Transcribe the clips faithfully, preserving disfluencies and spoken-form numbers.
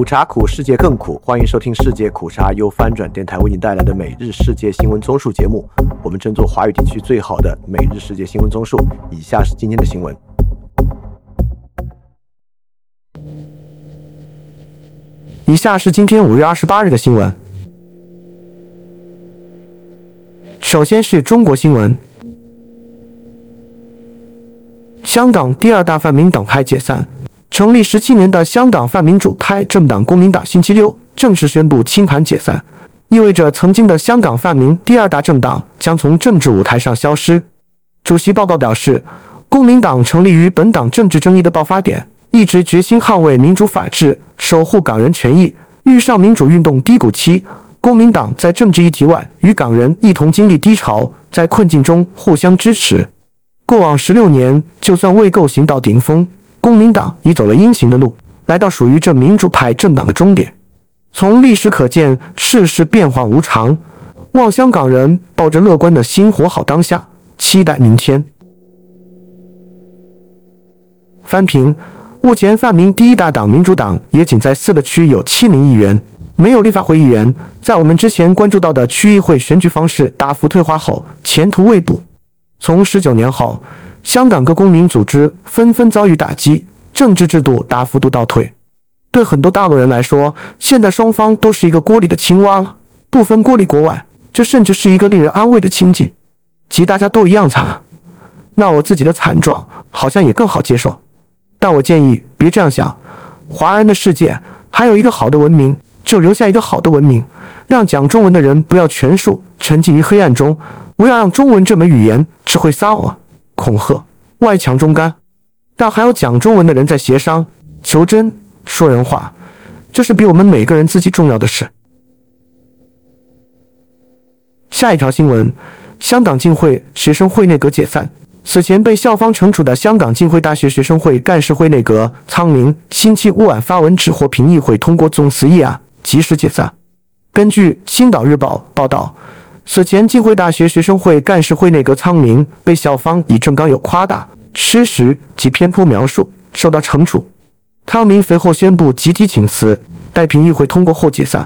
苦茶苦，世界更苦。欢迎收听世界苦茶由翻转电台为你带来的每日世界新闻综述节目。我们争做华语地区最好的每日世界新闻综述。以下是今天的新闻。以下是今天五月二十八日的新闻。首先是中国新闻。香港第二大泛民党派解散。成立十七年的香港泛民主派政党公民党星期六正式宣布清盘解散，意味着曾经的香港泛民第二大政党将从政治舞台上消失。主席报告表示，公民党成立于本党政治争议的爆发点，一直决心捍卫民主法治，守护港人权益。遇上民主运动低谷期，公民党在政治议题外与港人一同经历低潮，在困境中互相支持。过往十六年，就算未够行到顶峰，公民党已走了鹰行的路，来到属于这民主派政党的终点。从历史可见，世事变幻无常，望香港人抱着乐观的心活好当下，期待明天。翻评，目前泛民第一大党民主党也仅在四个区有七名议员，没有立法会议员。在我们之前关注到的区议会选举方式大幅退化后，前途未卜。从十九年后，香港各公民组织纷纷遭遇打击，政治制度大幅度倒退。对很多大陆人来说，现在双方都是一个锅里的青蛙了，不分国里国外，这甚至是一个令人安慰的情景，即大家都一样惨。那我自己的惨状好像也更好接受。但我建议别这样想，华人的世界还有一个好的文明，就留下一个好的文明，让讲中文的人不要全数沉浸于黑暗中，不要让中文这门语言只会撒谎、恐吓、外强中干，但还有讲中文的人在协商、求真、说人话，这是比我们每个人自己重要的事。下一条新闻，香港浸会学生会内阁解散。此前被校方惩处的香港浸会大学学生会干事会内阁苍明星期五晚发文指获评议会通过总辞议案，及时解散。根据《星岛日报》报道，此前浸会大学学生会干事会内阁苍明被校方以政纲有夸大、失实及偏颇描述，受到惩处。苍明随后宣布集体请辞，待评议会通过后解散。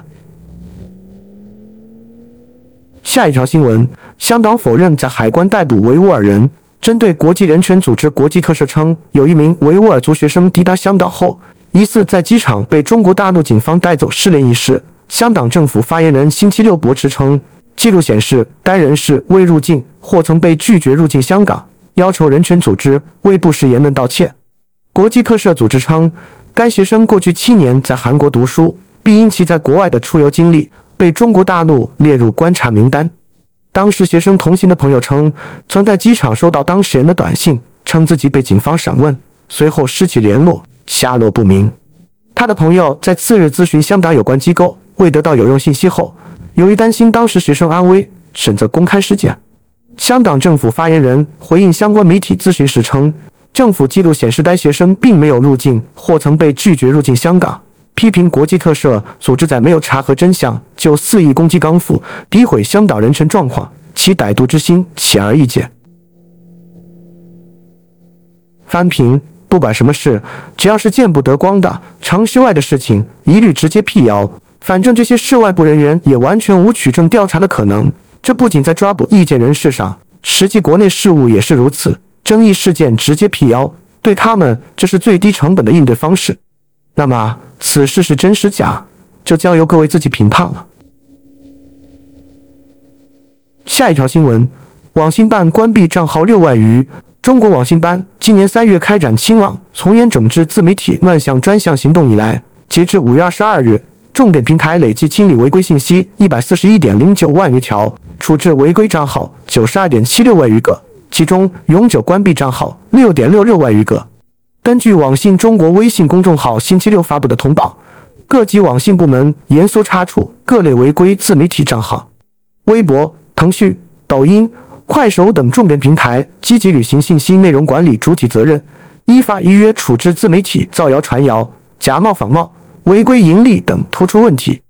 下一条新闻，香港否认在海关逮捕维吾尔人。针对国际人权组织国际特赦称，有一名维吾尔族学生抵达香港后，疑似在机场被中国大陆警方带走失联一事，香港政府发言人星期六驳斥称，记录显示该人士未入境或曾被拒绝入境香港，要求人权组织为不实言论道歉。国际特赦组织称，该学生过去七年在韩国读书，并因其在国外的出游经历被中国大陆列入观察名单。当时学生同行的朋友称，曾在机场收到当事人的短信，称自己被警方审问，随后失去联络，下落不明。他的朋友在次日咨询香港有关机构，未得到有用信息后，由于担心当时学生安危，选择公开事件。香港政府发言人回应相关媒体咨询时称，政府记录显示该学生并没有入境或曾被拒绝入境香港，批评国际特赦组织在没有查核真相就肆意攻击港府，诋毁香港人权状况，其歹毒之心显而易见。翻评，不管什么事，只要是见不得光的常识外的事情，一律直接辟谣。反正这些市外部人员也完全无取证调查的可能，这不仅在抓捕意见人士上，实际国内事务也是如此。争议事件直接辟谣，对他们这是最低成本的应对方式。那么此事是真是假，就交由各位自己评判了。下一条新闻，网信办关闭账号六万余。中国网信办今年三月开展清网从严整治自媒体乱象专项行动以来，截至五月二十二日，重点平台累计清理违规信息一百四十一点零九万余条，处置违规账号九十二点七六万余个，其中永久关闭账号六点六六万余个。根据网信中国微信公众号星期六发布的通报，各级网信部门严肃查处各类违规自媒体账号。微博、腾讯、抖音、快手等重点平台积极履行信息内容管理主体责任，依法依约处置自媒体造谣传谣、假冒仿冒、违规盈利等突出问题。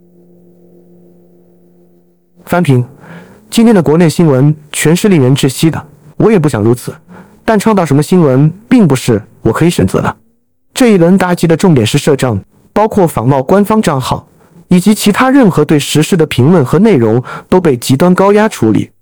翻评，今天的国内新闻全是令人窒息的，我也不想如此，但倡导什么新闻并不是我可以选择的。这一轮打击的重点是摄政， 包括仿冒官方账号，以及其他任何对时事的评论和内容都被极端高压处理。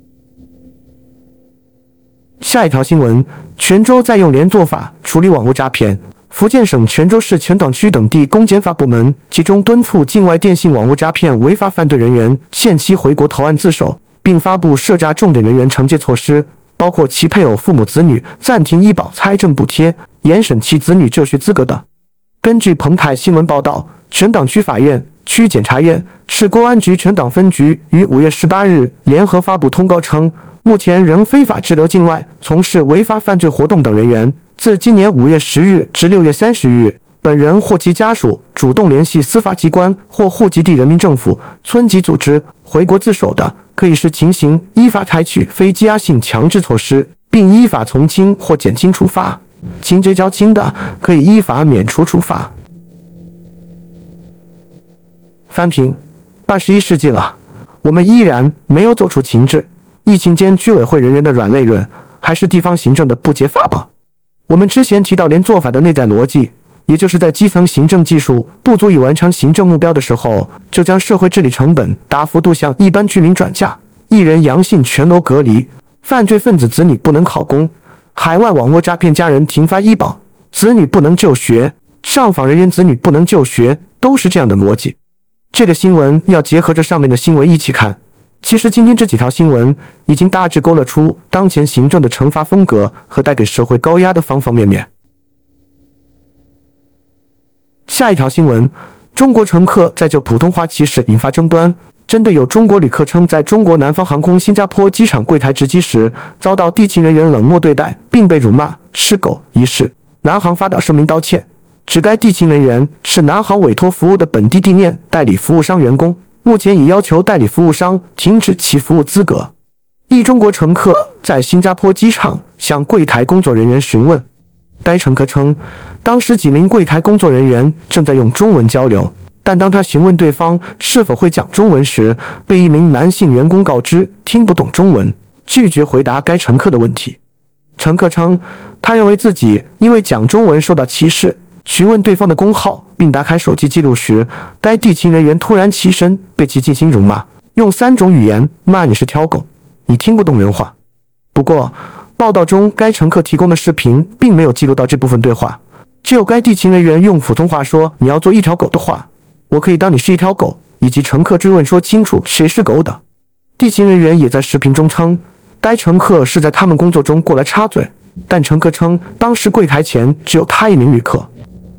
下一条新闻，泉州在用连坐法处理网络诈骗。福建省泉州市全港区等地公检法部门集中敦促境外电信网络诈骗违法犯罪人员限期回国投案自首，并发布涉诈重点人员惩戒措施，包括其配偶、父母、子女暂停医保、财政补贴，严审其子女就学资格等。根据澎湃新闻报道，全港区法院、区检察院、市公安局全港分局于五月十八日联合发布通告称，目前仍非法滞留境外从事违法犯罪活动等人员，自今年五月十日至六月三十日，本人或其家属主动联系司法机关或户籍地人民政府、村级组织回国自首的，可以视情形依法采取非羁押性强制措施，并依法从轻或减轻处罚；情节较轻的，可以依法免除处罚。翻评：二十一世纪了，我们依然没有走出情治、疫情间居委会人员的软肋论，还是地方行政的不解法宝。我们之前提到连坐法的内在逻辑，也就是在基层行政技术不足以完成行政目标的时候，就将社会治理成本大幅度向一般居民转嫁，一人阳性全楼隔离，犯罪分子子女不能考公，海外网络诈骗家人停发医保，子女不能就学，上访人员子女不能就学，都是这样的逻辑。这个新闻要结合着上面的新闻一起看。其实今天这几条新闻已经大致勾勒出当前行政的惩罚风格和带给社会高压的方方面面。下一条新闻，中国乘客在就普通话歧视引发争端。针对有中国旅客称在中国南方航空新加坡机场柜台值机时遭到地勤人员冷漠对待并被辱骂、吃狗一事，南航发表声明道歉，指该地勤人员是南航委托服务的本地地面代理服务商员工，目前已要求代理服务商停止其服务资格。一中国乘客在新加坡机场向柜台工作人员询问，该乘客称，当时几名柜台工作人员正在用中文交流，但当他询问对方是否会讲中文时，被一名男性员工告知听不懂中文，拒绝回答该乘客的问题。乘客称，他认为自己因为讲中文受到歧视，询问对方的工号并打开手机记录时，该地勤人员突然起身对其进行辱骂，用三种语言骂你是挑狗，你听不懂人话。不过报道中该乘客提供的视频并没有记录到这部分对话，只有该地勤人员用普通话说，你要做一条狗的话，我可以当你是一条狗，以及乘客追问说清楚谁是狗等。地勤人员也在视频中称，该乘客是在他们工作中过来插嘴，但乘客称当时柜台前只有他一名旅客。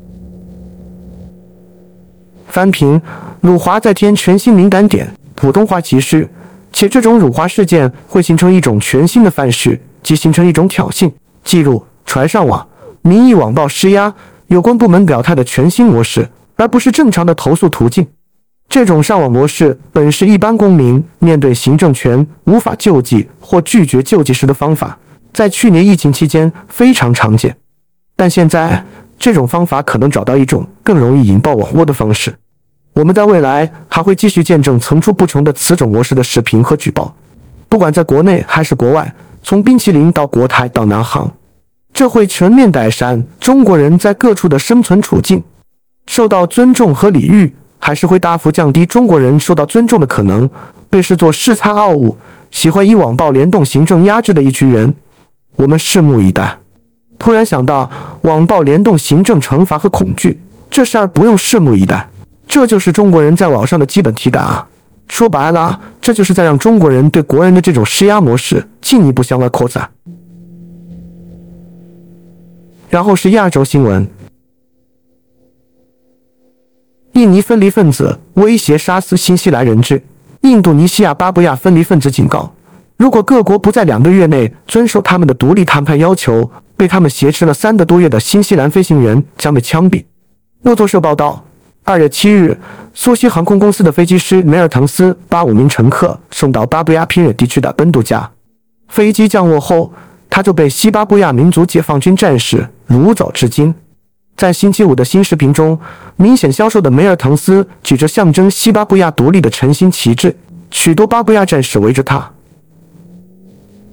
翻评：辱华再添全新敏感点，普通话歧视，且这种辱华事件会形成一种全新的范式，即形成一种挑衅、记录、传上网、民意网报施压、有关部门表态的全新模式，而不是正常的投诉途径。这种上网模式本是一般公民面对行政权无法救济或拒绝救济时的方法，在去年疫情期间非常常见，但现在这种方法可能找到一种更容易引爆网络的方式。我们在未来还会继续见证层出不穷的此种模式的视频和举报，不管在国内还是国外，从冰淇淋到国台到南航，这会全面改善中国人在各处的生存处境，受到尊重和礼遇，还是会大幅降低中国人受到尊重的可能，被视作恃才傲物、喜欢以网暴联动行政压制的一群人。我们拭目以待。突然想到网暴联动行政惩罚和恐惧，这事儿不用拭目以待，这就是中国人在网上的基本体感啊！说白了，这就是在让中国人对国人的这种施压模式进一步向外扩散。然后是亚洲新闻，印尼分离分子威胁杀死新西兰人质，印度尼西亚巴布亚分离分子警告，如果各国不在两个月内遵守他们的独立谈判要求，被他们挟持了三个多月的新西兰飞行员将被枪毙。路透社报道，二月七日，苏西航空公司的飞机师梅尔滕斯把五名乘客送到巴布亚偏远地区的奔度加。飞机降落后，他就被西巴布亚民族解放军战士掳走至今。在星期五的新视频中，明显消瘦的梅尔滕斯举着象征西巴布亚独立的晨星旗帜，许多巴布亚战士围着他。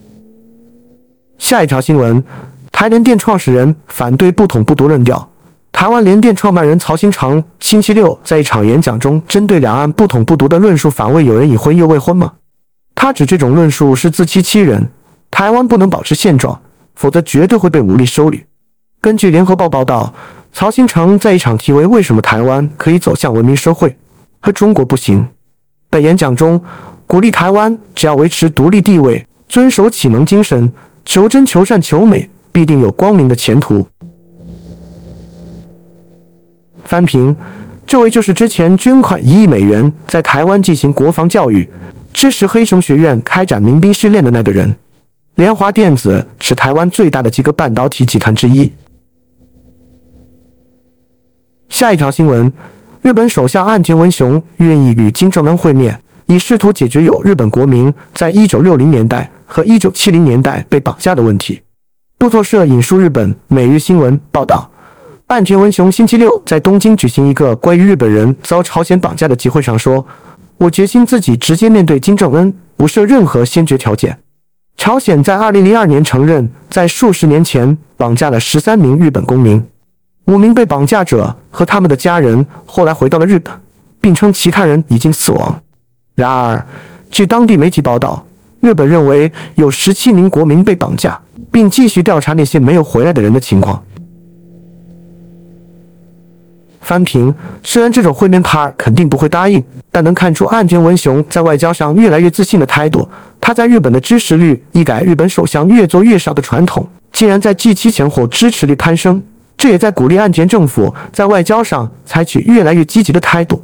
下一条新闻，台联电创始人反对不统不独论调。 台湾联电创办人曹兴诚星期六在一场演讲中，针对两岸不统不独的论述反问有人已婚又未婚吗？他指这种论述是自欺欺人，台湾不能保持现状，否则绝对会被武力收旅。根据联合报报道，曹兴诚在一场题为为什么台湾可以走向文明社会和中国不行的演讲中，鼓励台湾只要维持独立地位，遵守启蒙精神，求真求善求美，必定有光明的前途。翻评，这位就是之前捐款一亿美元在台湾进行国防教育，支持黑熊学院开展民兵训练的那个人。联华电子是台湾最大的几个半导体集团之一。下一条新闻，日本首相岸田文雄愿意与金正恩会面，以试图解决有日本国民在一九六零年代和一九七零年代被绑架的问题。路透社引述日本每日新闻报道，岸田文雄星期六在东京举行一个关于日本人遭朝鲜绑架的集会上说，我决心自己直接面对金正恩，不设任何先决条件。朝鲜在二零零二年承认在数十年前绑架了十三名日本公民，五名被绑架者和他们的家人后来回到了日本，并称其他人已经死亡。然而，据当地媒体报道，日本认为有十七名国民被绑架，并继续调查那些没有回来的人的情况。翻评，虽然这种会面他肯定不会答应，但能看出岸田文雄在外交上越来越自信的态度。他在日本的支持率一改日本首相越做越少的传统，竟然在 G 七 前后支持率攀升，这也在鼓励岸田政府在外交上采取越来越积极的态度。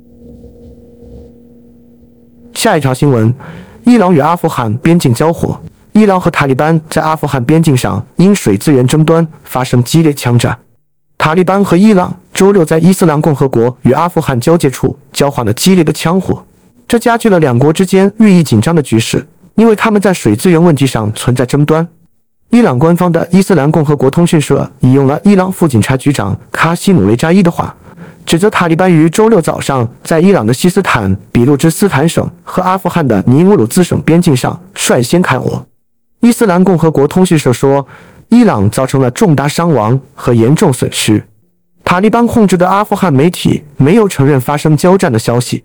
下一条新闻，伊朗与阿富汗边境交火，伊朗和塔利班在阿富汗边境上因水资源争端发生激烈枪战。塔利班和伊朗周六在伊斯兰共和国与阿富汗交界处交换了激烈的枪火，这加剧了两国之间日益紧张的局势，因为他们在水资源问题上存在争端。伊朗官方的伊斯兰共和国通讯社引用了伊朗副警察局长卡西努雷扎伊的话，指责塔利班于周六早上在伊朗的西斯坦比路支斯坦省和阿富汗的尼姆鲁兹省边境上率先开火。伊斯兰共和国通讯社说，伊朗造成了重大伤亡和严重损失。塔利班控制的阿富汗媒体没有承认发生交战的消息。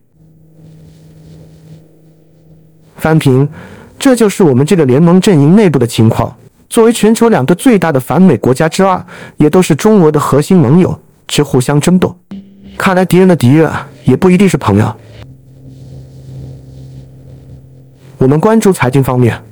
翻评，这就是我们这个联盟阵营内部的情况。作为全球两个最大的反美国家之二，也都是中俄的核心盟友，却互相争斗。看来敌人的敌人也不一定是朋友。我们关注财经方面。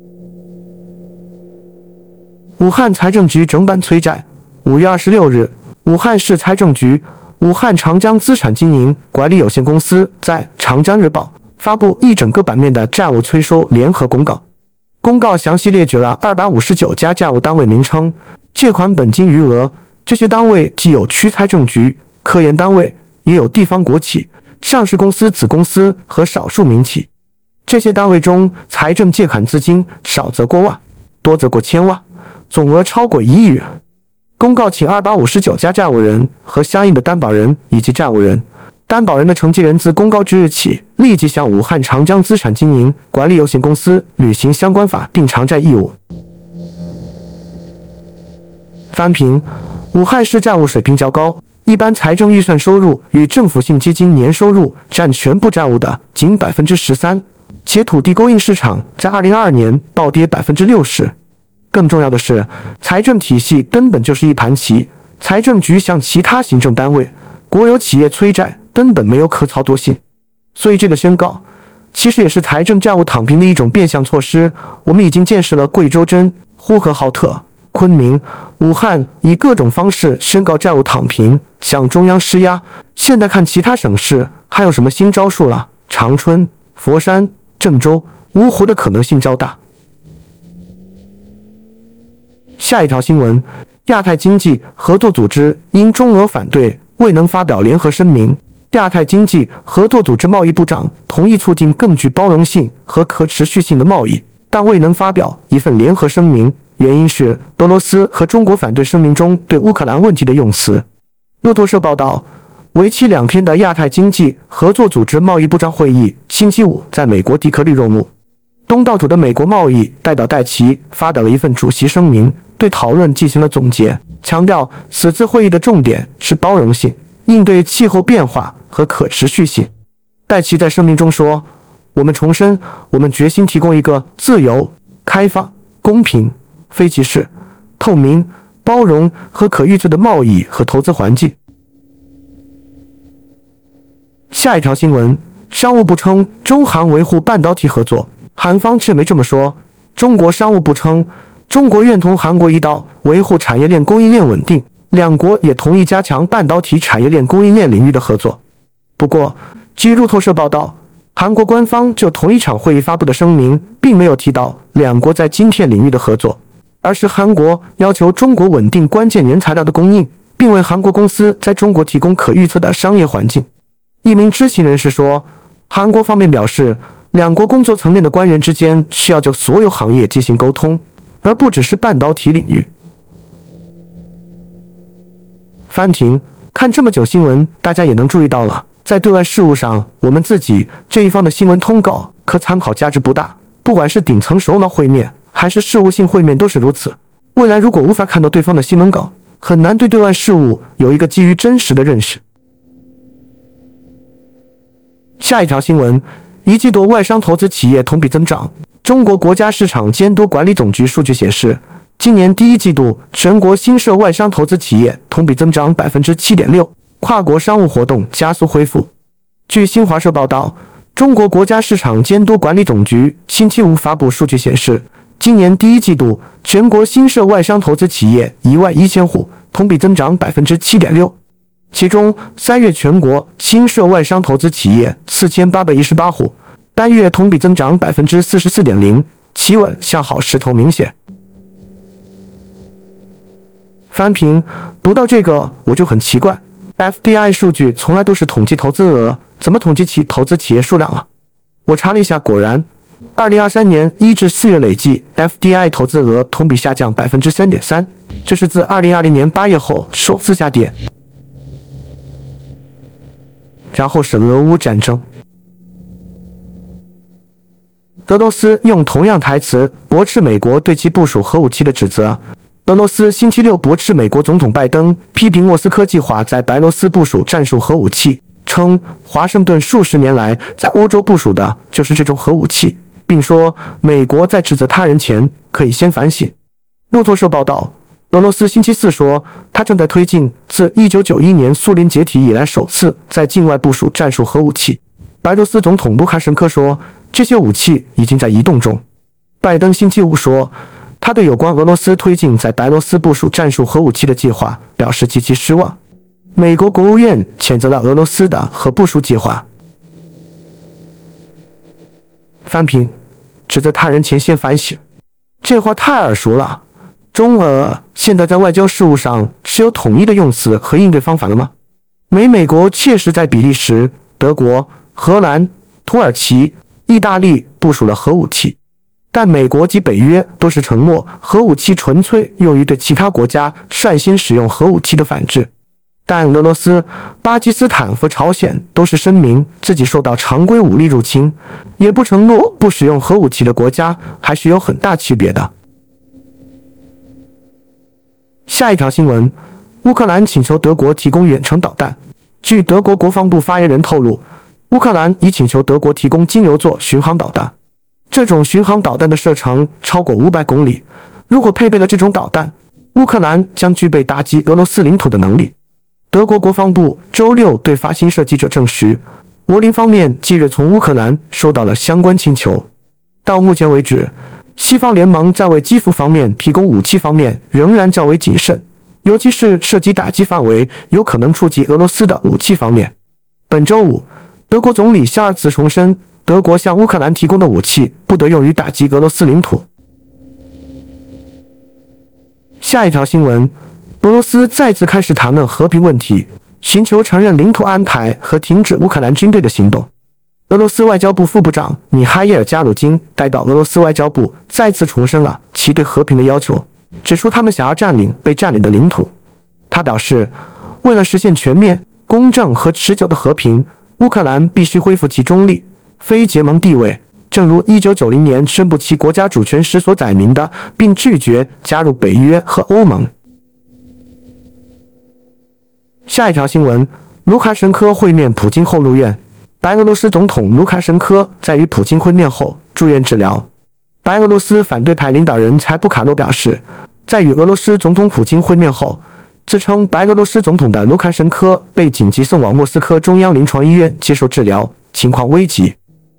武汉财政局整版催债。五月二十六日，武汉市财政局武汉长江资产经营管理有限公司在《长江日报》发布一整个版面的债务催收联合公告。公告详细列举了二百五十九家债务单位名称、借款本金余额。这些单位既有区财政局、科研单位，也有地方国企、上市公司子公司和少数民企。这些单位中，财政借款资金少则过万，多则过千万，总额超过一亿元。公告请二百五十九家债务人和相应的担保人以及债务人、担保人的承继人自公告之日起，立即向武汉长江资产经营管理有限公司履行相关法定偿债义务。翻评，武汉市债务水平较高，一般财政预算收入与政府性基金年收入占全部债务的仅 百分之十三， 且土地供应市场在二零二二年暴跌 百分之六十。更重要的是，财政体系根本就是一盘棋，财政局向其他行政单位、国有企业催债根本没有可操作性。所以这个宣告其实也是财政债务躺平的一种变相措施。我们已经见识了贵州真、呼和浩特、昆明、武汉以各种方式宣告债务躺平，向中央施压。现在看其他省市还有什么新招数了？长春、佛山、郑州、芜湖的可能性较大。下一条新闻，亚太经济合作组织因中俄反对未能发表联合声明。亚太经济合作组织贸易部长同意促进更具包容性和可持续性的贸易，但未能发表一份联合声明，原因是俄罗斯和中国反对声明中对乌克兰问题的用词。路透社报道，为期两天的亚太经济合作组织贸易部长会议星期五在美国底特律落幕。东道主的美国贸易代表戴奇发表了一份主席声明， 对讨论进行了总结，强调此次会议的重点是包容性、应对气候变化和可持续性。戴奇在声明中说，我们重申，我们决心提供一个自由、开放、公平、非歧视、透明、包容和可预测的贸易和投资环境。下一条新闻，商务部称中韩维护半导体合作，韩方却没这么说。中国商务部称，中国愿同韩国一道维护产业链供应链稳定，两国也同意加强半导体产业链供应链领域的合作。不过，据路透社报道，韩国官方就同一场会议发布的声明，并没有提到两国在晶片领域的合作，而是韩国要求中国稳定关键原材料的供应，并为韩国公司在中国提供可预测的商业环境。一名知情人士说，韩国方面表示，两国工作层面的官员之间需要就所有行业进行沟通，而不只是半导体领域。翻停，看这么久新闻，大家也能注意到了，在对外事务上，我们自己这一方的新闻通稿可参考价值不大，不管是顶层首脑会面还是事务性会面都是如此。未来如果无法看到对方的新闻稿，很难对对外事务有一个基于真实的认识。下一条新闻，一季度外商投资企业同比增长。中国国家市场监督管理总局数据显示，今年第一季度全国新设外商投资企业同比增长 百分之七点六， 跨国商务活动加速恢复。据新华社报道，中国国家市场监督管理总局星期五发布数据显示，今年第一季度全国新设外商投资企业一万一千户，同比增长 百分之七点六。其中，三月全国新设外商投资企业四千八百一十八户，单月同比增长 百分之四十四点零， 企稳向好势头明显。翻屏，读到这个我就很奇怪， F D I 数据从来都是统计投资额，怎么统计其投资企业数量啊？我查了一下，果然二零二三年一至四月累计 F D I 投资额同比下降 百分之三点三， 这是自二零二零年八月后首次下跌。然后是俄乌战争，俄罗斯用同样台词驳斥美国对其部署核武器的指责。俄罗斯星期六驳斥美国总统拜登批评莫斯科计划在白罗斯部署战术核武器，称华盛顿数十年来在欧洲部署的就是这种核武器，并说美国在指责他人前可以先反省。路透社报道，俄罗斯星期四说，他正在推进自一九九一年苏联解体以来首次在境外部署战术核武器。白罗斯总统卢卡申科说，这些武器已经在移动中。拜登星期五说，他对有关俄罗斯推进在白罗斯部署战术核武器的计划表示极其失望。美国国务院谴责了俄罗斯的核部署计划。翻屏，指责他人前先反省，这话太耳熟了。中俄现在在外交事务上是有统一的用词和应对方法了吗？美美国确实在比利时、德国、荷兰、土耳其、意大利部署了核武器，但美国及北约都是承诺核武器纯粹用于对其他国家率先使用核武器的反制。但俄罗斯、巴基斯坦和朝鲜都是声明自己受到常规武力入侵，也不承诺不使用核武器的国家还是有很大区别的。下一条新闻，乌克兰请求德国提供远程导弹。据德国国防部发言人透露，乌克兰已请求德国提供金牛座巡航导弹。这种巡航导弹的射程超过五百公里，如果配备了这种导弹，乌克兰将具备打击俄罗斯领土的能力。德国国防部周六对法新社记者证实，柏林方面近日从乌克兰收到了相关请求。到目前为止，西方联盟在为基辅方面提供武器方面仍然较为谨慎，尤其是涉及打击范围有可能触及俄罗斯的武器方面。本周五，德国总理肖尔茨重申，德国向乌克兰提供的武器不得用于打击俄罗斯领土。下一条新闻，俄罗斯再次开始谈论和平问题，寻求承认领土安排和停止乌克兰军队的行动。俄罗斯外交部副部长米哈耶尔·加鲁金代表俄罗斯外交部再次重申了其对和平的要求，指出他们想要占领被占领的领土。他表示，为了实现全面、公正和持久的和平，乌克兰必须恢复其中立、非结盟地位， 正如一九九零年宣布其国家主权时所载明的，并拒绝加入北约和欧盟。下一条新闻：卢卡申科会面普京后入院。白俄罗斯总统卢卡申科在与普京会面后住院治疗。白俄罗斯反对派领导人柴普卡诺表示，在与俄罗斯总统普京会面后，自称白俄罗斯总统的卢卡申科被紧急送往莫斯科中央临床医院接受治疗，情况危急。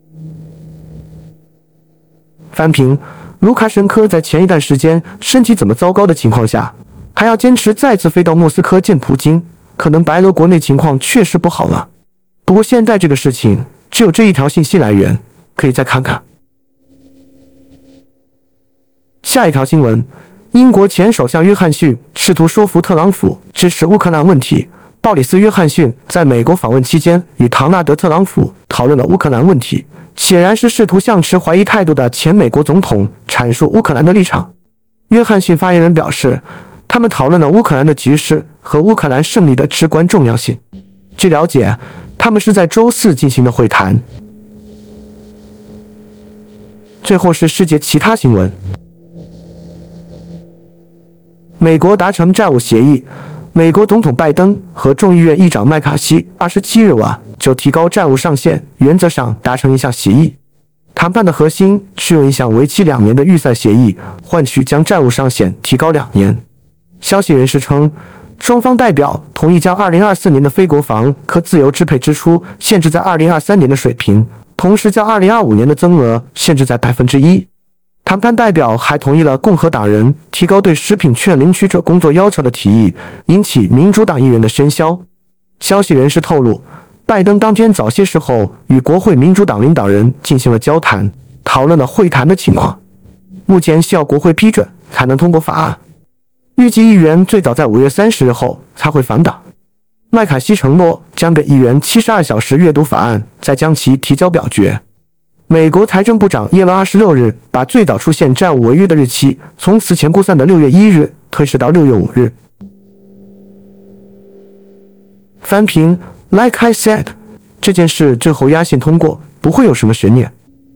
翻评：卢卡申科在前一段时间身体怎么糟糕的情况下，还要坚持再次飞到莫斯科见普京，可能白俄国内情况确实不好了。不过现在这个事情只有这一条信息来源，可以再看看。下一条新闻：英国前首相约翰逊试图说服特朗普支持乌克兰问题。鲍里斯·约翰逊在美国访问期间与唐纳德·特朗普讨论了乌克兰问题，显然是试图向持怀疑态度的前美国总统阐述乌克兰的立场。约翰逊发言人表示，他们讨论了乌克兰的局势和乌克兰胜利的至关重要性。据了解，他们是在周四进行的会谈。最后是世界其他新闻。美国达成债务协议，美国总统拜登和众议院议长麦卡锡二十七日晚就提高债务上限原则上达成一项协议。谈判的核心是用一项为期两年的预算协议换取将债务上限提高两年。消息人士称，双方代表同意将二零二四年的非国防可自由支配支出限制在二零二三年的水平，同时将二零二五年的增额限制在百分之一。谈判代表还同意了共和党人提高对食品券领取者工作要求的提议，引起民主党议员的喧嚣。消息人士透露，拜登当天早些时候与国会民主党领导人进行了交谈，讨论了会谈的情况。目前需要国会批准才能通过法案，预计议员最早在五月三十日后才会返党。麦卡锡承诺将给议员七十二小时阅读法案，再将其提交表决。美国财政部长耶伦二十六日把最早出现债务违约的日期从此前估算的六月一日推迟到六月五日。翻评 Like I said， 这件事最后压线通过，不会有什么悬念。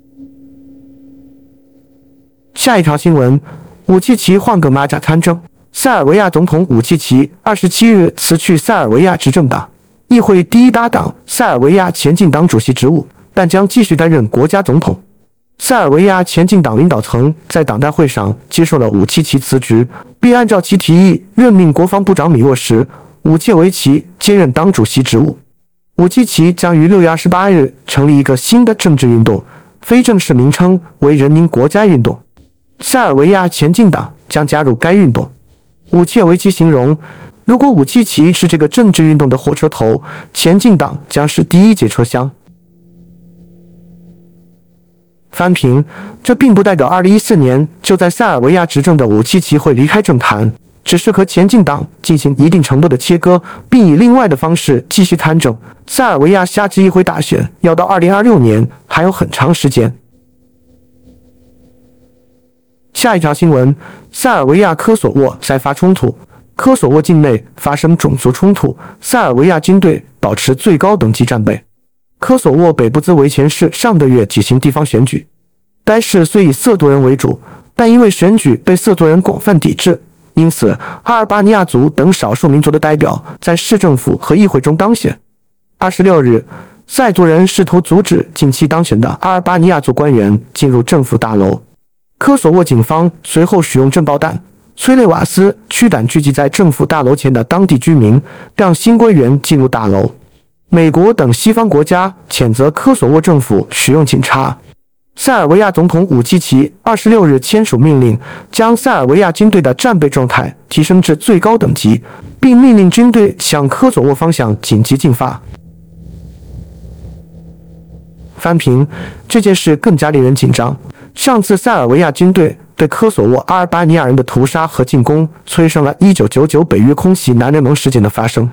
下一条新闻：武契奇换个马甲参政。塞尔维亚总统武契奇二十七日辞去塞尔维亚执政党议会第一搭档塞尔维亚前进党主席职务，但将继续担任国家总统。塞尔维亚前进党领导层在党代会上接受了武契奇辞职，并按照其提议任命国防部长米沃什·武切维奇接任党主席职务。武契奇将于六月二十八日成立一个新的政治运动，非正式名称为人民国家运动。塞尔维亚前进党将加入该运动。武切维奇形容，如果武契奇是这个政治运动的火车头，前进党将是第一节车厢。翻评：这并不代表二零一四年就在塞尔维亚执政的武契奇会离开政坛，只是和前进党进行一定程度的切割，并以另外的方式继续参政。塞尔维亚下次议会大选要到二零二六年，还有很长时间。下一条新闻：塞尔维亚科索沃再发冲突，科索沃境内发生种族冲突，塞尔维亚军队保持最高等级战备。科索沃北部兹维前市上个月举行地方选举，该市虽以瑟多人为主，但因为选举被瑟多人广泛抵制，因此阿尔巴尼亚族等少数民族的代表在市政府和议会中当选。二十六日，塞族人试图阻止近期当选的阿尔巴尼亚族官员进入政府大楼。科索沃警方随后使用震爆弹、催泪瓦斯驱赶聚集在政府大楼前的当地居民，让新官员进入大楼。美国等西方国家谴责科索沃政府使用警察。塞尔维亚总统武契奇二十六日签署命令，将塞尔维亚军队的战备状态提升至最高等级，并命令军队向科索沃方向紧急进发。翻评：这件事更加令人紧张。上次塞尔维亚军队对科索沃阿尔巴尼亚人的屠杀和进攻，催生了一九九九北约空袭南联盟事件的发生。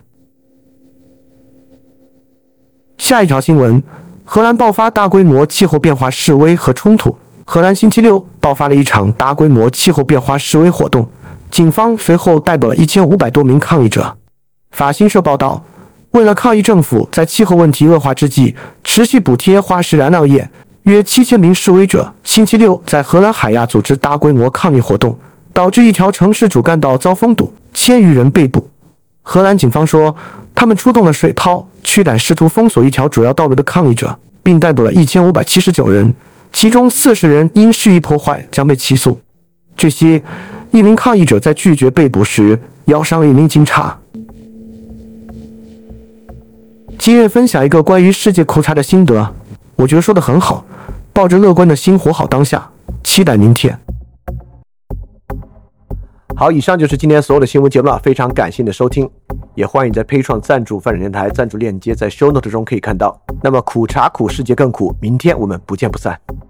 下一条新闻：荷兰爆发大规模气候变化示威和冲突。荷兰星期六爆发了一场大规模气候变化示威活动，警方随后逮捕了一千五百多名抗议者。法新社报道，为了抗议政府在气候问题恶化之际持续补贴化石燃料业， 约七千名示威者星期六在荷兰海牙组织大规模抗议活动，导致一条城市主干道遭封堵，千余人被捕。荷兰警方说，他们出动了水炮、驱赶试图封锁一条主要道路的抗议者，并逮捕了一千五百七十九人，其中四十人因蓄意破坏将被起诉。据悉，一名抗议者在拒绝被捕时腰伤了一名警察。今日分享一个关于世界裤衩的心得，我觉得说得很好，抱着乐观的心活好当下，期待明天。好，以上就是今天所有的新闻节目了，非常感谢你的收听，也欢迎在Patreon赞助范展电台，赞助链接在 show note 中可以看到。那么苦茶苦，世界更苦，明天我们不见不散。